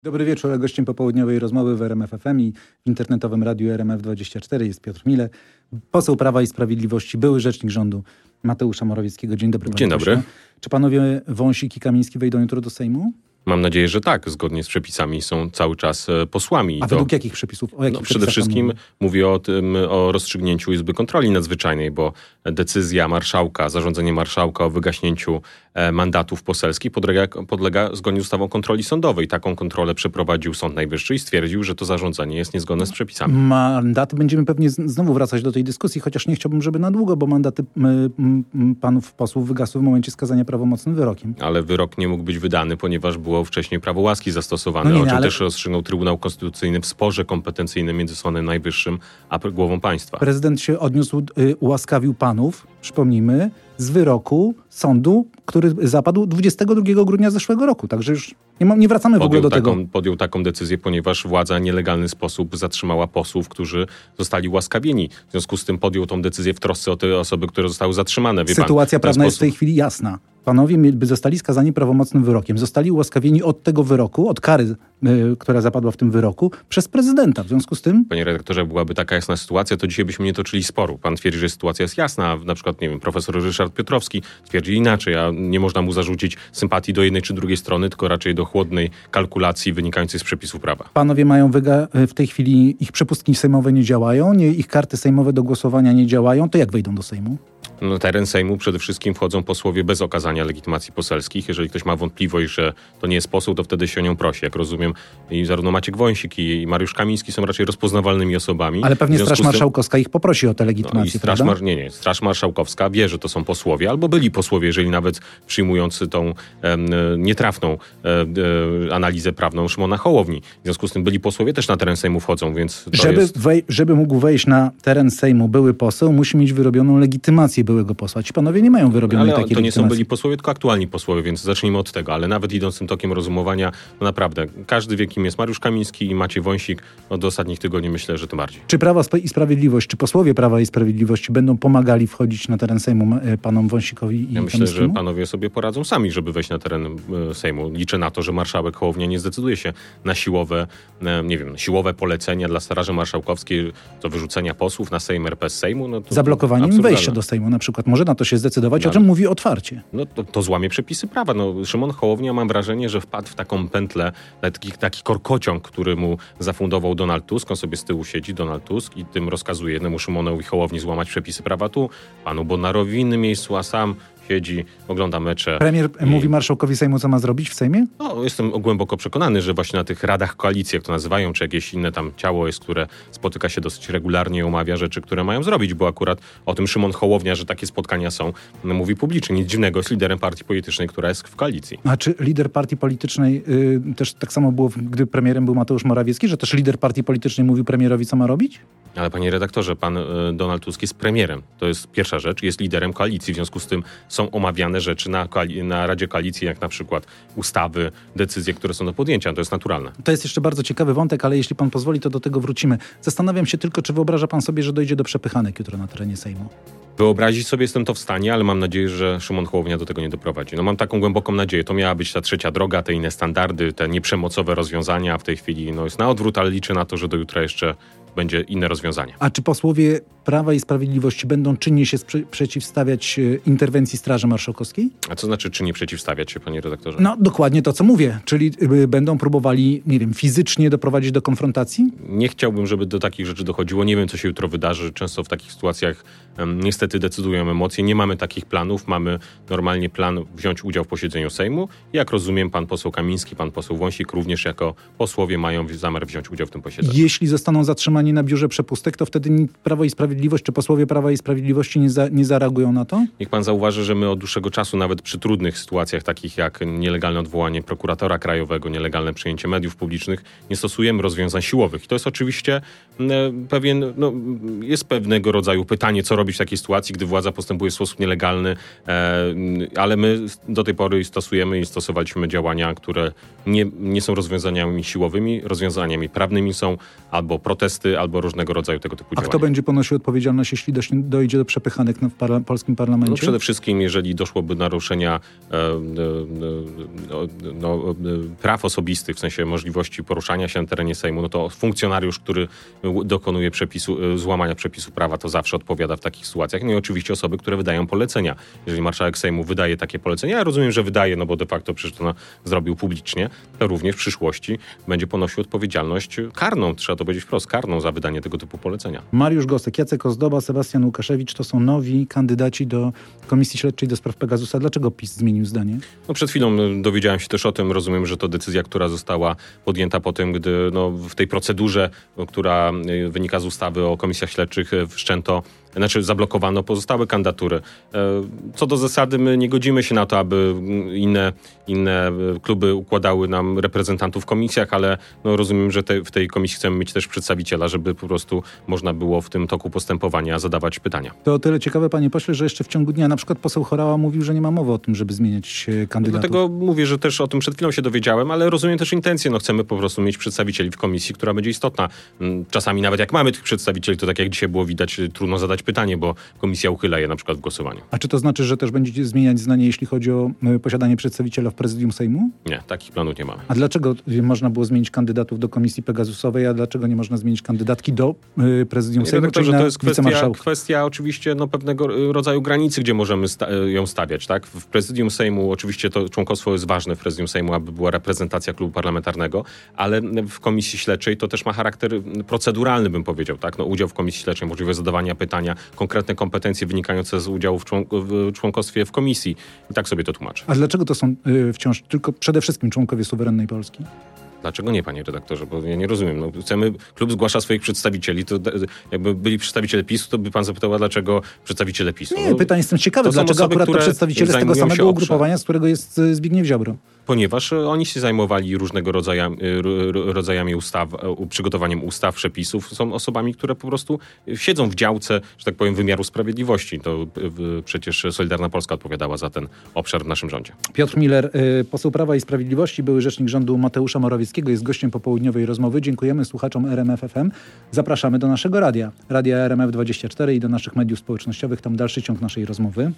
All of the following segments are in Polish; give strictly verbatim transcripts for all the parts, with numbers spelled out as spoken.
Dobry wieczór, a gościem popołudniowej rozmowy w R M F F M i w internetowym radiu R M F dwadzieścia cztery jest Piotr Mile, poseł Prawa i Sprawiedliwości, były rzecznik rządu Mateusza Morawieckiego. Dzień dobry. Dzień dobry. Pośle. Czy panowie Wąsik i Kamiński wejdą jutro do Sejmu? Mam nadzieję, że tak. Zgodnie z przepisami są cały czas posłami. A to, według jakich przepisów? O jakich no, przede wszystkim mówi? mówię o tym, o rozstrzygnięciu Izby Kontroli Nadzwyczajnej, bo decyzja marszałka, zarządzenie marszałka o wygaśnięciu mandatów poselskich podlega, podlega zgodnie z ustawą kontroli sądowej. Taką kontrolę przeprowadził Sąd Najwyższy i stwierdził, że to zarządzenie jest niezgodne z przepisami. Mandaty, będziemy pewnie znowu wracać do tej dyskusji, chociaż nie chciałbym, żeby na długo, bo mandaty m, m, panów posłów wygasły w momencie skazania prawomocnym wyrokiem. Ale wyrok nie mógł być wydany, ponieważ było wcześniej prawo łaski zastosowane, no nie, o czym ale... też rozstrzygnął Trybunał Konstytucyjny w sporze kompetencyjnym między Sądem Najwyższym a głową państwa. Prezydent się odniósł, y, ułaskawił panów, przypomnijmy, z wyroku sądu, który zapadł dwudziestego drugiego grudnia zeszłego roku. Także już nie, ma, nie wracamy w podjął ogóle do taką, tego. Podjął taką decyzję, ponieważ władza w nielegalny sposób zatrzymała posłów, którzy zostali ułaskawieni. W związku z tym podjął tą decyzję w trosce o te osoby, które zostały zatrzymane. Wie Sytuacja pan, prawna sposób... jest w tej chwili jasna. Panowie by zostali skazani prawomocnym wyrokiem. Zostali ułaskawieni od tego wyroku, od kary, yy, która zapadła w tym wyroku, przez prezydenta. W związku z tym... Panie redaktorze, byłaby taka jasna sytuacja, to dzisiaj byśmy nie toczyli sporu. Pan twierdzi, że sytuacja jest jasna. Na przykład, nie wiem, profesor Ryszard Piotrowski twierdzi inaczej, a nie można mu zarzucić sympatii do jednej czy drugiej strony, tylko raczej do chłodnej kalkulacji wynikającej z przepisów prawa. Panowie mają wyga- w tej chwili, ich przepustki sejmowe nie działają, nie, ich karty sejmowe do głosowania nie działają. To jak wejdą do Sejmu? Na teren Sejmu przede wszystkim wchodzą posłowie bez okazania legitymacji poselskich. Jeżeli ktoś ma wątpliwość, że to nie jest poseł, to wtedy się o nią prosi. Jak rozumiem, i zarówno Maciek Wąsik i Mariusz Kamiński są raczej rozpoznawalnymi osobami. Ale pewnie Straż tym... Marszałkowska ich poprosi o tę legitymację, no i Straż prawda? Mar... Nie, nie. Straż Marszałkowska wie, że to są posłowie, albo byli posłowie, jeżeli nawet przyjmujący tą e, nietrafną e, e, analizę prawną Szymona Hołowni. W związku z tym byli posłowie też na teren Sejmu wchodzą, więc to żeby, jest... wej- żeby mógł wejść na teren Sejmu były poseł, musi mieć wyrobioną legitymację byłego posła. Ci panowie nie mają wyrobionej ale takiej to nie legitymacji. są byli posłowie, tylko aktualni posłowie, więc zacznijmy od tego. Ale nawet idąc tym tokiem rozumowania, no naprawdę, każdy wie, kim jest Mariusz Kamiński i Maciej Wąsik. Od ostatnich tygodni myślę, że tym bardziej. Czy Prawa i Sprawiedliwość, czy posłowie Prawa i Sprawiedliwości będą pomagali wchodzić na teren Sejmu panom Wąsikowi i Ja myślę, Kamińskiemu? że panowie sobie poradzą sami, żeby wejść na teren e, Sejmu. Liczę na to, że marszałek Hołownia nie zdecyduje się na siłowe, e, nie wiem, siłowe polecenia dla Straży Marszałkowskiej do wyrzucenia posłów na Sejm R P z Sejmu. No to Zablokowaniem absurdalne. wejścia do Sejmu na przykład. Może na to się zdecydować, No, o czym mówi otwarcie. No to, to złamie przepisy prawa. No, Szymon Hołownia, mam wrażenie, że wpadł w taką pętlę, taki, taki korkociąg, który mu zafundował Donald Tusk. On sobie z tyłu siedzi, Donald Tusk, i tym rozkazuje jednemu Szymonowi Hołowni złamać przepisy prawa tu, panu Bonarowi w innym miejscu, a sam siedzi, ogląda mecze. Premier i... mówi marszałkowi Sejmu, co ma zrobić w Sejmie? No, jestem głęboko przekonany, że właśnie na tych radach koalicji, jak to nazywają, czy jakieś inne tam ciało jest, które spotyka się dosyć regularnie i omawia rzeczy, które mają zrobić, bo akurat o tym Szymon Hołownia, że takie spotkania są, no, mówi publicznie. Nic dziwnego, jest liderem partii politycznej, która jest w koalicji. A czy lider partii politycznej, y, też tak samo było, gdy premierem był Mateusz Morawiecki, że też lider partii politycznej mówił premierowi, co ma robić? Ale panie redaktorze, pan y, Donald Tusk jest premierem. To jest pierwsza rzecz. Jest liderem koalicji. W związku z tym są omawiane rzeczy na, koali- na Radzie Koalicji, jak na przykład ustawy, decyzje, które są do podjęcia. To jest naturalne. To jest jeszcze bardzo ciekawy wątek, ale jeśli pan pozwoli, to do tego wrócimy. Zastanawiam się tylko, czy wyobraża pan sobie, że dojdzie do przepychanek jutro na terenie Sejmu? Wyobrazić sobie jestem to w stanie, ale mam nadzieję, że Szymon Hołownia do tego nie doprowadzi. No mam taką głęboką nadzieję. To miała być ta trzecia droga, te inne standardy, te nieprzemocowe rozwiązania. W tej chwili no, jest na odwrót, ale liczę na to, że do jutra jeszcze będzie inne rozwiązanie. A czy posłowie Prawa i Sprawiedliwości będą czynnie się sprze- przeciwstawiać e, interwencji Straży Marszałkowskiej? A co znaczy, czy nie przeciwstawiać się, panie redaktorze? No, dokładnie to, co mówię. Czyli y, będą próbowali, nie wiem, fizycznie doprowadzić do konfrontacji? Nie chciałbym, żeby do takich rzeczy dochodziło. Nie wiem, co się jutro wydarzy. Często w takich sytuacjach um, niestety decydują emocje. Nie mamy takich planów. Mamy normalnie plan wziąć udział w posiedzeniu Sejmu. Jak rozumiem, pan poseł Kamiński, pan poseł Wąsik również jako posłowie mają zamiar wziąć udział w tym posiedzeniu. Jeśli zostaną zatrzymani na biurze przepustek, to wtedy Prawo i Sprawiedliwość, czy posłowie Prawa i Sprawiedliwości nie, za, nie zareagują na to? Niech pan zauważy, że my od dłuższego czasu, nawet przy trudnych sytuacjach, takich jak nielegalne odwołanie prokuratora krajowego, nielegalne przejęcie mediów publicznych, nie stosujemy rozwiązań siłowych. I to jest oczywiście e, pewien, no, jest pewnego rodzaju pytanie, co robić w takiej sytuacji, gdy władza postępuje w sposób nielegalny, e, ale my do tej pory stosujemy i stosowaliśmy działania, które nie, nie są rozwiązaniami siłowymi, rozwiązaniami prawnymi są albo protesty, albo różnego rodzaju tego typu A działania. kto będzie ponosił odpowiedzialność, jeśli dojdzie do przepychanek w parla- polskim parlamencie? No przede wszystkim, jeżeli doszłoby do naruszenia e, e, no, no, praw osobistych, w sensie możliwości poruszania się na terenie Sejmu, no to funkcjonariusz, który dokonuje przepisu, złamania przepisu prawa, to zawsze odpowiada w takich sytuacjach. No i oczywiście osoby, które wydają polecenia. Jeżeli marszałek Sejmu wydaje takie polecenia, ja rozumiem, że wydaje, no bo de facto przecież to no, zrobił publicznie, to również w przyszłości będzie ponosił odpowiedzialność karną, trzeba to powiedzieć wprost, karną za wydanie tego typu polecenia. Mariusz Gosek, Jacek Ozdoba, Sebastian Łukaszewicz to są nowi kandydaci do Komisji Śledczej do spraw Pegasusa. Dlaczego PiS zmienił zdanie? No przed chwilą dowiedziałem się też o tym, rozumiem, że to decyzja, która została podjęta po tym, gdy no, w tej procedurze, która wynika z ustawy o komisjach śledczych, wszczęto, znaczy zablokowano pozostałe kandydatury. Co do zasady my nie godzimy się na to, aby inne, inne kluby układały nam reprezentantów w komisjach, ale no, rozumiem, że te, w tej komisji chcemy mieć też przedstawiciela, żeby po prostu można było w tym toku postępowania zadawać pytania. To o tyle ciekawe, panie pośle, że jeszcze w ciągu dnia na przykład poseł Horała mówił, że nie ma mowy o tym, żeby zmieniać kandydatów. Dlatego mówię, że też o tym przed chwilą się dowiedziałem, ale rozumiem też intencję. No chcemy po prostu mieć przedstawicieli w komisji, która będzie istotna. Czasami nawet jak mamy tych przedstawicieli, to tak jak dzisiaj było widać, trudno zadać pytanie, bo komisja uchyla je na przykład w głosowaniu. A czy to znaczy, że też będziecie zmieniać zdanie, jeśli chodzi o posiadanie przedstawiciela w prezydium Sejmu? Nie, takich planów nie mamy. A dlaczego można było zmienić kandydatów do Komisji Pegasusowej, a dlaczego nie można zmienić kandydatki do y, prezydium Sejmu, redaktorze, czyli na to jest kwestia, wicemarszałka? kwestia oczywiście no, pewnego rodzaju granicy, gdzie możemy sta- ją stawiać. Tak? W prezydium Sejmu oczywiście to członkostwo jest ważne w prezydium Sejmu, aby była reprezentacja klubu parlamentarnego, ale w Komisji Śledczej to też ma charakter proceduralny, bym powiedział. Tak? No, udział w Komisji Śledczej, możliwość zadawania pytania, konkretne kompetencje wynikające z udziału w, członk- w członkostwie w komisji. I tak sobie to tłumaczę. A dlaczego to są y, wciąż tylko przede wszystkim członkowie suwerennej Polski? Dlaczego nie, panie redaktorze? Bo ja nie rozumiem. No, chcemy, klub zgłasza swoich przedstawicieli, to jakby byli przedstawiciele PiSu, to by pan zapytał, a dlaczego przedstawiciele PiSu? Nie, no, pytanie jestem ciekawy, to są dlaczego osoby, akurat to które przedstawiciele z tego zajmują się samego obszar. ugrupowania, z którego jest y, Zbigniew Ziobro? Ponieważ oni się zajmowali różnego rodzaju rodzajami ustaw, przygotowaniem ustaw, przepisów. Są osobami, które po prostu siedzą w działce, że tak powiem, wymiaru sprawiedliwości. To przecież Solidarna Polska odpowiadała za ten obszar w naszym rządzie. Piotr Miller, poseł Prawa i Sprawiedliwości, były rzecznik rządu Mateusza Morawieckiego, jest gościem popołudniowej rozmowy. Dziękujemy słuchaczom R M F F M. Zapraszamy do naszego radia, radia R M F dwadzieścia cztery i do naszych mediów społecznościowych. Tam dalszy ciąg naszej rozmowy.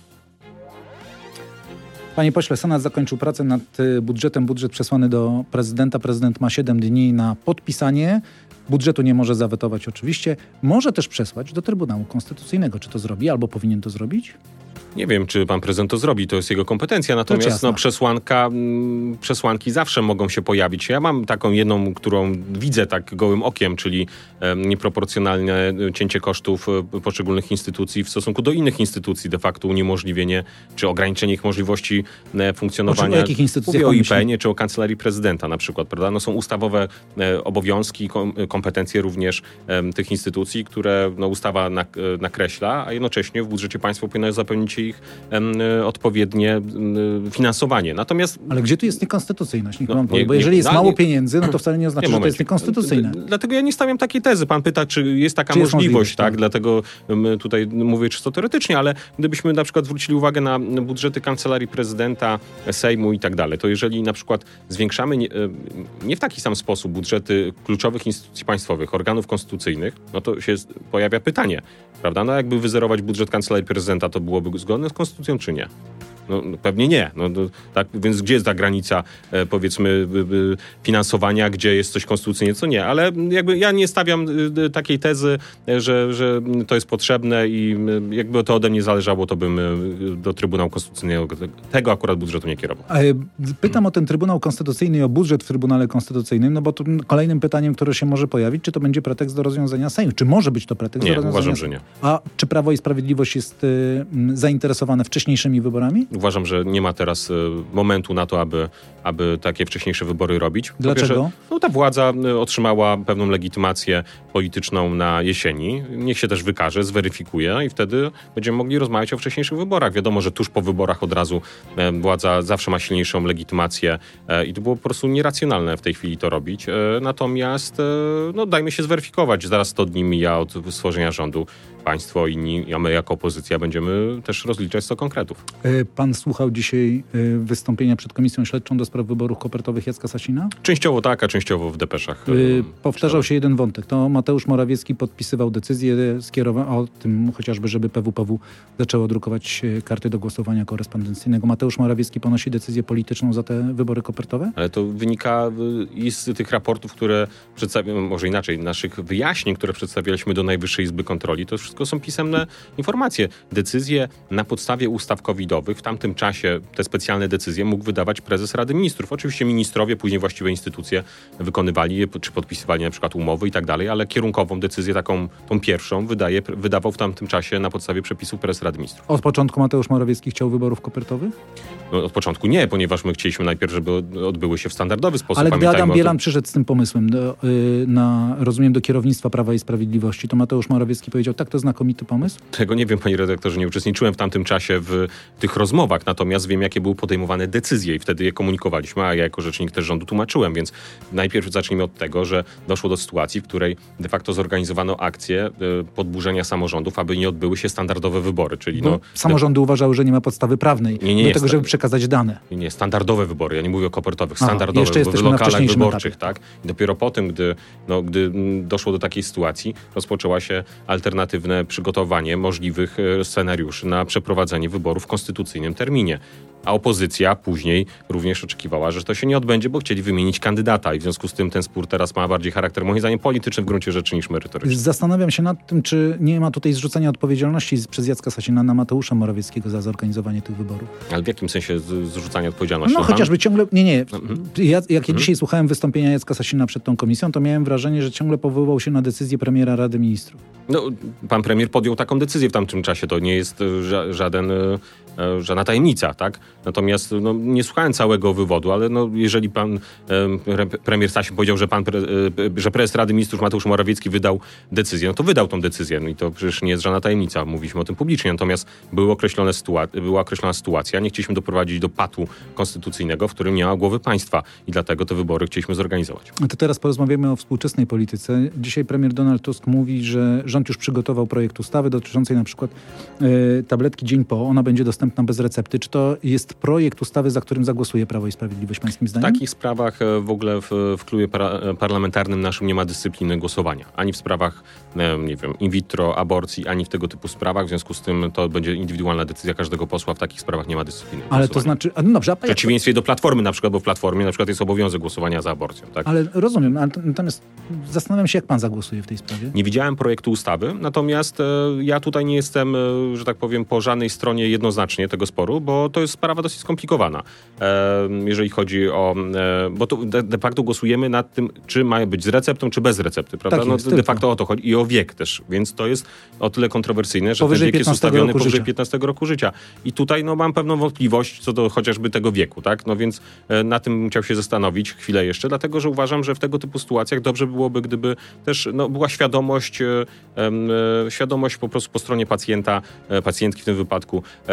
Panie pośle, Senat zakończył pracę nad budżetem. Budżet przesłany do prezydenta. Prezydent ma siedem dni na podpisanie. Budżetu nie może zawetować oczywiście. Może też przesłać do Trybunału Konstytucyjnego. Czy to zrobi albo powinien to zrobić? Nie wiem, czy pan prezydent to zrobi, to jest jego kompetencja, natomiast no, przesłanka, m, przesłanki zawsze mogą się pojawić. Ja mam taką jedną, którą widzę tak gołym okiem, czyli e, nieproporcjonalne cięcie kosztów e, poszczególnych instytucji w stosunku do innych instytucji, de facto uniemożliwienie czy ograniczenie ich możliwości e, funkcjonowania. O jakich instytucjach Mówię o pan I P N-ie myśli? czy o Kancelarii Prezydenta na przykład, prawda? No, są ustawowe e, obowiązki, kom, kompetencje również e, tych instytucji, które no, ustawa nak, e, nakreśla, a jednocześnie w budżecie państwo powinno zapewnić ich em, odpowiednie em, finansowanie. Natomiast... Ale gdzie tu jest niekonstytucyjność? Niech No, pan powie, nie- bo nie- jeżeli jest no, mało nie- pieniędzy, no to wcale nie oznacza, Nie, że to momencik. jest niekonstytucyjne. D- Dlatego ja nie stawiam takiej tezy. Pan pyta, czy jest taka Czy jest możliwość, możliwość, tak? tak. Dlatego um, tutaj mówię czysto teoretycznie, ale gdybyśmy na przykład zwrócili uwagę na budżety Kancelarii Prezydenta, Sejmu i tak dalej, to jeżeli na przykład zwiększamy nie, nie w taki sam sposób budżety kluczowych instytucji państwowych, organów konstytucyjnych, no to się z- pojawia pytanie, prawda? No jakby wyzerować budżet Kancelarii Prezydenta, to byłoby zgodne z konstytucją, czy nie? No, no pewnie nie. No, no, tak, więc gdzie jest ta granica, e, powiedzmy, y, y, finansowania, gdzie jest coś konstytucyjnie, co nie. Ale jakby ja nie stawiam y, y, takiej tezy, e, że, że to jest potrzebne i y, jakby to ode mnie zależało, to bym y, do Trybunału Konstytucyjnego tego akurat budżetu nie kierował. E, Pytam o ten Trybunał Konstytucyjny i o budżet w Trybunale Konstytucyjnym, no bo to kolejnym pytaniem, które się może pojawić, czy to będzie pretekst do rozwiązania Sejmu? Czy może być to pretekst Nie, do rozwiązania uważam, Sejmu? że nie. A czy Prawo i Sprawiedliwość jest y, m, zainteresowane wcześniejszymi wyborami? Uważam, że nie ma teraz y, momentu na to, aby, aby takie wcześniejsze wybory robić. Po Dlaczego? pierwsze, no, ta władza y, otrzymała pewną legitymację polityczną na jesieni. Niech się też wykaże, zweryfikuje i wtedy będziemy mogli rozmawiać o wcześniejszych wyborach. Wiadomo, że tuż po wyborach od razu e, władza zawsze ma silniejszą legitymację e, i to było po prostu nieracjonalne w tej chwili to robić. E, natomiast e, no, dajmy się zweryfikować. Zaraz sto dni mija od stworzenia rządu. Państwo, inni, a my jako opozycja będziemy też rozliczać sto konkretów. Y, Pan pan słuchał dzisiaj y, wystąpienia przed Komisją Śledczą do spraw wyborów kopertowych Jacka Sasina? Częściowo tak, a częściowo w depeszach. Y, powtarzał się jeden wątek. To Mateusz Morawiecki podpisywał decyzję skierowaną o tym chociażby, żeby P W P W zaczęło drukować karty do głosowania korespondencyjnego. Mateusz Morawiecki ponosi decyzję polityczną za te wybory kopertowe? Ale to wynika i z tych raportów, które przedstawiam, może inaczej, naszych wyjaśnień, które przedstawialiśmy do Najwyższej Izby Kontroli. To wszystko są pisemne informacje. Decyzje na podstawie ustaw covidowych. W tamtym czasie te specjalne decyzje mógł wydawać prezes Rady Ministrów. Oczywiście ministrowie, później właściwe instytucje wykonywali je, czy podpisywali na przykład umowy i tak dalej, ale kierunkową decyzję, taką tą pierwszą, wydaje, wydawał w tamtym czasie na podstawie przepisów prezes Rady Ministrów. Od początku Mateusz Morawiecki chciał wyborów kopertowych? No, od początku nie, ponieważ my chcieliśmy najpierw, żeby odbyły się w standardowy sposób. Ale gdy Adam Bielan tym... przyszedł z tym pomysłem do, yy, na, rozumiem, do kierownictwa Prawa i Sprawiedliwości, to Mateusz Morawiecki powiedział, tak, to znakomity pomysł? Tego nie wiem, panie redaktorze, nie uczestniczyłem w tamtym czasie w tych rozmowach, natomiast wiem, jakie były podejmowane decyzje i wtedy je komunikowaliśmy, a ja jako rzecznik też rządu tłumaczyłem, więc najpierw zacznijmy od tego, że doszło do sytuacji, w której de facto zorganizowano akcję y, podburzenia samorządów, aby nie odbyły się standardowe wybory, czyli Bo no... samorządy to... uważały, że nie ma podstawy prawnej nie, nie, do nie, tego, sta... żeby przekazać dane. Nie, nie, standardowe wybory, ja nie mówię o kopertowych, Aha, standardowe wybory w lokalach wyborczych, etapie. tak? I dopiero po tym, gdy, no, gdy doszło do takiej sytuacji, rozpoczęła się alternatywne przygotowanie możliwych scenariuszy na przeprowadzenie wyborów w konstytucyjnym terminie. A opozycja później również oczekiwała, że to się nie odbędzie, bo chcieli wymienić kandydata i w związku z tym ten spór teraz ma bardziej charakter, moim zdaniem, polityczny w gruncie rzeczy niż merytoryczny. Zastanawiam się nad tym, czy nie ma tutaj zrzucenia odpowiedzialności przez Jacka Sasina na Mateusza Morawieckiego za zorganizowanie tych wyborów. Ale w jakim sensie z, zrzucania odpowiedzialności? No, no chociażby ciągle, nie, nie. Mhm. Ja, jak ja mhm. dzisiaj słuchałem wystąpienia Jacka Sasina przed tą komisją, to miałem wrażenie, że ciągle powoływał się na decyzję premiera Rady Ministrów. No, pan premier podjął taką decyzję w tamtym czasie, to nie jest ża- żaden, e, żadna tajemnica, tak? Natomiast no, nie słuchałem całego wywodu, ale no, jeżeli pan e, premier Sasin powiedział, że pan pre, e, że prezes Rady Ministrów Mateusz Morawiecki wydał decyzję, no to wydał tą decyzję. No i to przecież nie jest żadna tajemnica, mówiliśmy o tym publicznie. Natomiast były określone sytua- była określona sytuacja, nie chcieliśmy doprowadzić do patu konstytucyjnego, w którym nie ma głowy państwa i dlatego te wybory chcieliśmy zorganizować. To teraz porozmawiamy o współczesnej polityce. Dzisiaj premier Donald Tusk mówi, że rząd już przygotował projekt ustawy dotyczącej na przykład y, tabletki dzień po. Ona będzie dostępna bez recepty. Czy to jest projekt ustawy, za którym zagłosuje Prawo i Sprawiedliwość, pańskim zdaniem? W takich sprawach w ogóle w, w klubie para, parlamentarnym naszym nie ma dyscypliny głosowania. Ani w sprawach, nie wiem, in vitro, aborcji, ani w tego typu sprawach. W związku z tym to będzie indywidualna decyzja każdego posła. W takich sprawach nie ma dyscypliny Ale głosowania. to znaczy... A no dobrze, a w przeciwieństwie do Platformy na przykład, bo w Platformie na przykład jest obowiązek głosowania za aborcją. Tak? Ale rozumiem, ale natomiast zastanawiam się, jak pan zagłosuje w tej sprawie. Nie widziałem projektu ustawy, natomiast e, ja tutaj nie jestem, e, że tak powiem, po żadnej stronie jednoznacznie tego sporu, bo to jest sprawa dosyć skomplikowana. E, jeżeli chodzi o... E, bo to de, de facto głosujemy nad tym, czy ma być z receptą, czy bez recepty, prawda? Tak jest, no, de facto o to chodzi. I o wiek też, więc to jest o tyle kontrowersyjne, że powyżej ten wiek jest ustawiony powyżej życia. piętnastego roku życia. I tutaj no, mam pewną wątpliwość co do chociażby tego wieku, tak? No więc e, na tym chciał się zastanowić chwilę jeszcze, dlatego, że uważam, że w tego typu sytuacjach dobrze byłoby, gdyby też no, była świadomość, e, e, świadomość po prostu po stronie pacjenta, e, pacjentki w tym wypadku, e,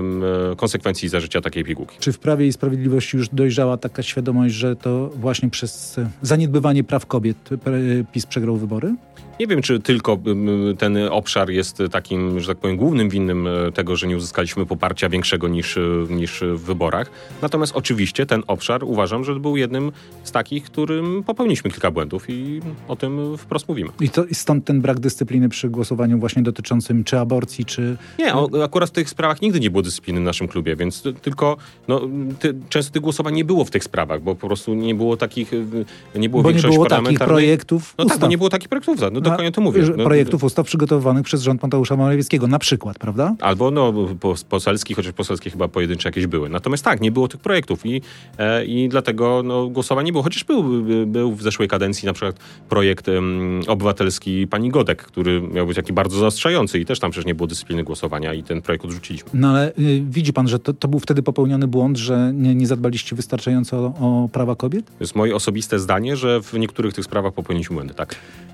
e, konsekwencji za życia takiej pigułki. Czy w Prawie i Sprawiedliwości już dojrzała taka świadomość, że to właśnie przez zaniedbywanie praw kobiet PiS przegrał wybory? Nie wiem, czy tylko ten obszar jest takim, że tak powiem, głównym winnym tego, że nie uzyskaliśmy poparcia większego niż, niż w wyborach. Natomiast oczywiście ten obszar uważam, że był jednym z takich, którym popełniliśmy kilka błędów i o tym wprost mówimy. I to stąd ten brak dyscypliny przy głosowaniu właśnie dotyczącym czy aborcji, czy... Nie, o, akurat w tych sprawach nigdy nie było dyscypliny w naszym klubie, więc tylko no, ty, często tych głosowań nie było w tych sprawach, bo po prostu nie było takich, nie było bo nie było takich projektów No ustaw. tak, bo nie było takich projektów. No dokładnie to mówię. No, projektów ustaw przygotowywanych przez rząd Mateusza Morawieckiego na przykład, prawda? Albo no poselskie, chociaż poselskie chyba pojedyncze jakieś były. Natomiast tak, nie było tych projektów i, e, i dlatego no, głosowań nie było. Chociaż był, był w zeszłej kadencji na przykład projekt um, obywatelski pani Godek, który miał być taki bardzo zaostrzający i też tam przecież nie było dyscypliny głosowania i ten projekt odrzuciliśmy. No ale y, widzi pan, że to, to był wtedy popełniony błąd, że nie, nie zadbaliście wystarczająco o, o prawa kobiet? To jest moje osobiste zdanie, że w niektórych tych sprawach popełniliśmy błędy, tak.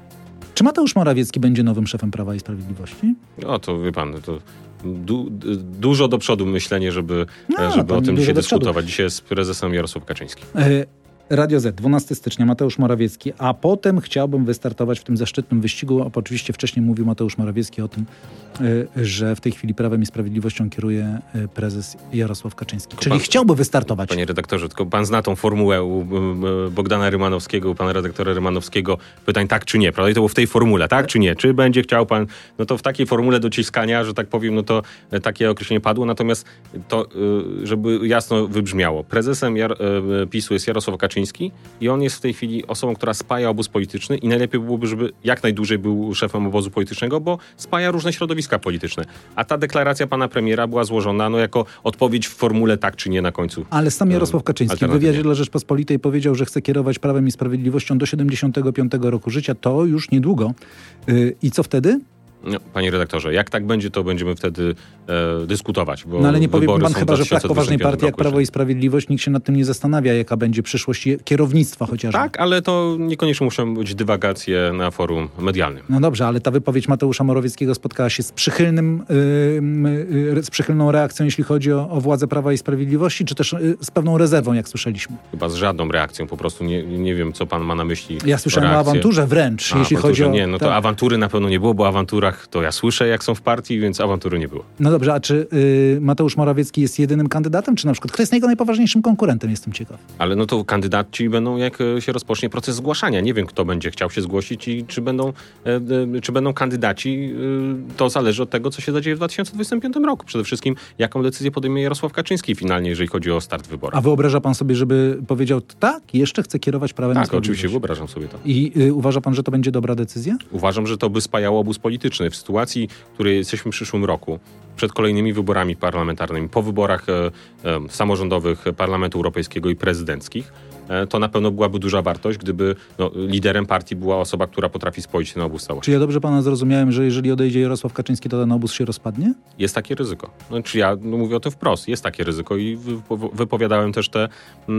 Czy Mateusz Morawiecki będzie nowym szefem Prawa i Sprawiedliwości? No to wie pan, to du, dużo do przodu myślenie, żeby, No, żeby o tym dzisiaj dużo do dyskutować. Dzisiaj jest prezesem Jarosław Kaczyński. E, Radio Z, dwunastego stycznia, Mateusz Morawiecki, a potem chciałbym wystartować w tym zaszczytnym wyścigu. Oczywiście wcześniej mówił Mateusz Morawiecki o tym, że w tej chwili Prawem i Sprawiedliwością kieruje prezes Jarosław Kaczyński. Czyli pan, chciałby wystartować. Panie redaktorze, tylko pan zna tą formułę u Bogdana Rymanowskiego, u pana redaktora Rymanowskiego, pytań tak czy nie, prawda? I to było w tej formule, tak czy nie? Czy będzie chciał pan, no to w takiej formule dociskania, że tak powiem, no to takie określenie padło. Natomiast to, żeby jasno wybrzmiało, prezesem Jar- PiSu jest Jarosław Kaczyński i on jest w tej chwili osobą, która spaja obóz polityczny i najlepiej byłoby, żeby jak najdłużej był szefem obozu politycznego, bo spaja różne środowiska polityczne. A ta deklaracja pana premiera była złożona no, jako odpowiedź w formule tak czy nie na końcu. Ale sam Jarosław Kaczyński w wywiadzie dla Rzeczpospolitej powiedział, że chce kierować Prawem i Sprawiedliwością do siedemdziesiątego piątego roku życia. To już niedługo. Yy, I co wtedy? No, panie redaktorze, jak tak będzie, to będziemy wtedy e, dyskutować. Bo no ale nie powie pan są chyba, że w tak poważnej partii jak Prawo i Sprawiedliwość nikt się nad tym nie zastanawia, jaka będzie przyszłość kierownictwa chociażby. Tak, ale to niekoniecznie muszą być dywagacje na forum medialnym. No dobrze, ale ta wypowiedź Mateusza Morawieckiego spotkała się z przychylnym, yy, yy, z przychylną reakcją, jeśli chodzi o, o władzę Prawa i Sprawiedliwości, czy też yy, z pewną rezerwą, jak słyszeliśmy? Chyba z żadną reakcją, po prostu nie, nie wiem, co pan ma na myśli. Ja słyszałem o, o awanturze wręcz, A, jeśli awanturze, chodzi o... Nie, no to tak. Awantury na pewno nie było, bo o awanturach to ja słyszę, jak są w partii, więc awantury nie było. No dobrze, a czy y, Mateusz Morawiecki jest jedynym kandydatem, czy na przykład kto jest jego najpoważniejszym konkurentem? Jestem ciekaw. Ale no to kandydaci będą, jak się rozpocznie proces zgłaszania. Nie wiem, kto będzie chciał się zgłosić i czy będą, e, e, czy będą kandydaci. E, to zależy od tego, co się zadzieje w dwa tysiące dwudziestym piątym roku. Przede wszystkim, jaką decyzję podejmie Jarosław Kaczyński finalnie, jeżeli chodzi o start wyborów. A wyobraża pan sobie, żeby powiedział tak, jeszcze chcę kierować Prawem i Tak, Sprawiedliwością? oczywiście, wyobrażam sobie to. I y, uważa pan, że to będzie dobra decyzja? Uważam, że to by spajało obóz polityczny. W sytuacji, w której jesteśmy w przyszłym roku, przed kolejnymi wyborami parlamentarnymi, po wyborach e, e, samorządowych Parlamentu Europejskiego i prezydenckich, e, to na pewno byłaby duża wartość, gdyby no, liderem partii była osoba, która potrafi spoić się na obóz całości. Czy ja dobrze pana zrozumiałem, że jeżeli odejdzie Jarosław Kaczyński, to ten obóz się rozpadnie? Jest takie ryzyko. No, czy ja no, mówię o tym wprost. Jest takie ryzyko i wypo- wypowiadałem też te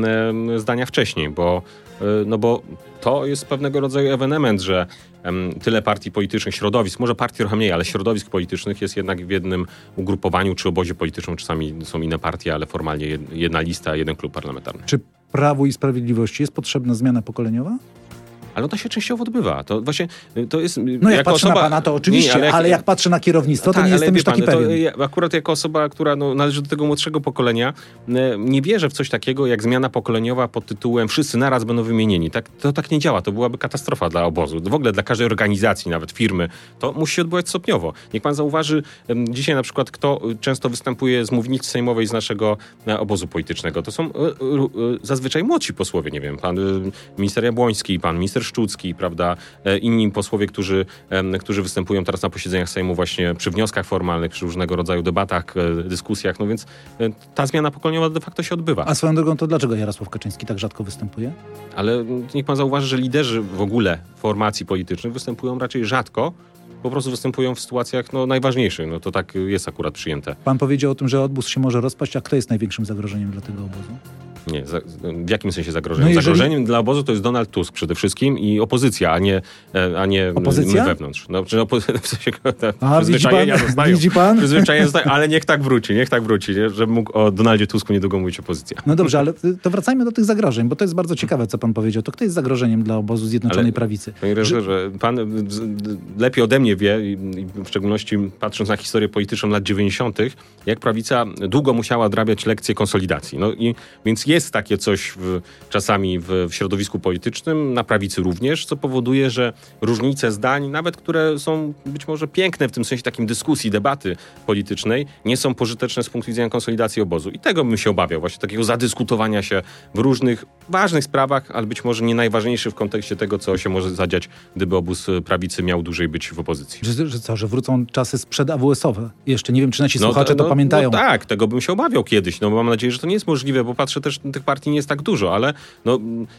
e, zdania wcześniej, bo, e, no bo to jest pewnego rodzaju ewenement, że em, tyle partii politycznych, środowisk, może partii trochę mniej, ale środowisk politycznych jest jednak w jednym ugrupowaniu czy obozie politycznym. Czasami są inne partie, ale formalnie jedna lista, jeden klub parlamentarny. Czy Prawu i Sprawiedliwości jest potrzebna zmiana pokoleniowa? Ale ona się częściowo odbywa. To właśnie to jest. No jak patrzę osoba, na pana, to oczywiście, nie, ale, jak, ale jak patrzę na kierownictwo, to tak, nie jestem już pan, taki to pewien. Ja, akurat jako osoba, która no, należy do tego młodszego pokolenia, nie wierzę w coś takiego jak zmiana pokoleniowa pod tytułem wszyscy naraz będą wymienieni. Tak, to tak nie działa. To byłaby katastrofa dla obozu. W ogóle dla każdej organizacji, nawet firmy. To musi się odbywać stopniowo. Niech pan zauważy dzisiaj na przykład, kto często występuje z mównicy sejmowej z naszego obozu politycznego. To są zazwyczaj młodsi posłowie. Nie wiem, pan minister Jabłoński, pan minister Szczucki, prawda? Inni posłowie, którzy, którzy występują teraz na posiedzeniach Sejmu właśnie przy wnioskach formalnych, przy różnego rodzaju debatach, dyskusjach, no więc ta zmiana pokoleniowa de facto się odbywa. A swoją drogą, to dlaczego Jarosław Kaczyński tak rzadko występuje? Ale niech pan zauważy, że liderzy w ogóle formacji politycznych występują raczej rzadko, po prostu występują w sytuacjach no, najważniejszych. No to tak jest akurat przyjęte. Pan powiedział o tym, że obóz się może rozpaść, a kto jest największym zagrożeniem dla tego obozu? Nie, za, w jakim sensie zagrożeniem? No jeżeli... Zagrożeniem dla obozu to jest Donald Tusk przede wszystkim i opozycja, a nie, a nie opozycja? my wewnątrz. No, czy opo- w sensie, a, przyzwyczajenia widzi pan? zostają. Widzi pan? Przyzwyczajenia zostają, ale niech tak wróci, niech tak wróci, nie? Żeby mógł o Donaldzie Tusku niedługo mówić opozycja. No dobrze, ale to wracajmy do tych zagrożeń, bo to jest bardzo ciekawe, co pan powiedział. To kto jest zagrożeniem dla obozu Zjednoczonej ale, Prawicy? Panie redaktorze, że... pan lepiej ode mnie wie, i w szczególności patrząc na historię polityczną lat dziewięćdziesiątych, jak prawica długo musiała odrabiać lekcje konsolidacji. No i więc jest takie coś w, czasami w, w środowisku politycznym, na prawicy również, co powoduje, że różnice zdań, nawet które są być może piękne w tym sensie takim dyskusji, debaty politycznej, nie są pożyteczne z punktu widzenia konsolidacji obozu. I tego bym się obawiał, właśnie takiego zadyskutowania się w różnych ważnych sprawach, ale być może nie najważniejszy w kontekście tego, co się może zadziać, gdyby obóz prawicy miał dłużej być w opozycji. Że, że co, że wrócą czasy sprzed A W S-owe? Jeszcze nie wiem, czy nasi no, słuchacze to no, pamiętają. No tak, tego bym się obawiał kiedyś. No mam nadzieję, że to nie jest możliwe, bo patrzę też, tych partii nie jest tak dużo, ale no,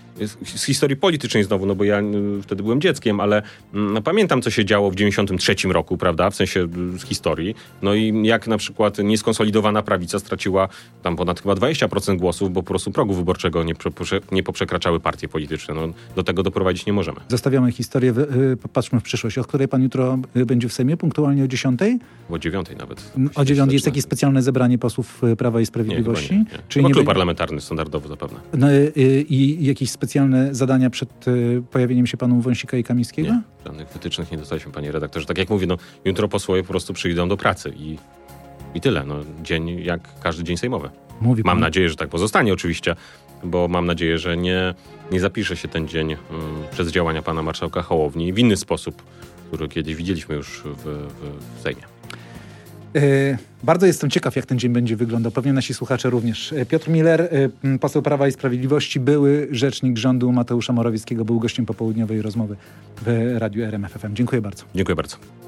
z historii politycznej znowu, no bo ja wtedy byłem dzieckiem, ale no, pamiętam, co się działo w dziewięćdziesiątym trzecim roku, prawda, w sensie z historii. No i jak na przykład nieskonsolidowana prawica straciła tam ponad chyba dwadzieścia procent głosów, bo po prostu progu wyborczego nie, nie poprzekraczały partie polityczne. No, do tego doprowadzić nie możemy. Zostawiamy historię, patrzmy w przyszłość. O której pan jutro będzie w Sejmie? Punktualnie o dziesiątej? O dziewiątej nawet. O dziewiątej jest jakieś specjalne zebranie posłów Prawa i Sprawiedliwości? Nie, nie. Czyli nie nie klub be... parlamentarny sądzę. standardowo zapewne. No, y, y, I jakieś specjalne zadania przed y, pojawieniem się panów Wąsika i Kamińskiego? Nie, żadnych wytycznych nie dostaliśmy, panie redaktorze. Tak jak mówię, no, jutro posłowie po prostu przyjdą do pracy i, i tyle. No, dzień jak każdy dzień sejmowy. Mówi Mam pan. nadzieję, że tak pozostanie oczywiście, bo mam nadzieję, że nie, nie zapisze się ten dzień um, przez działania pana marszałka Hołowni w inny sposób, który kiedyś widzieliśmy już w, w, w Sejmie. E, bardzo jestem ciekaw, jak ten dzień będzie wyglądał. Pewnie nasi słuchacze również. E, Piotr Miller, e, poseł Prawa i Sprawiedliwości, były rzecznik rządu Mateusza Morawieckiego, był gościem popołudniowej rozmowy w Radiu R M F F M. Dziękuję bardzo. Dziękuję bardzo.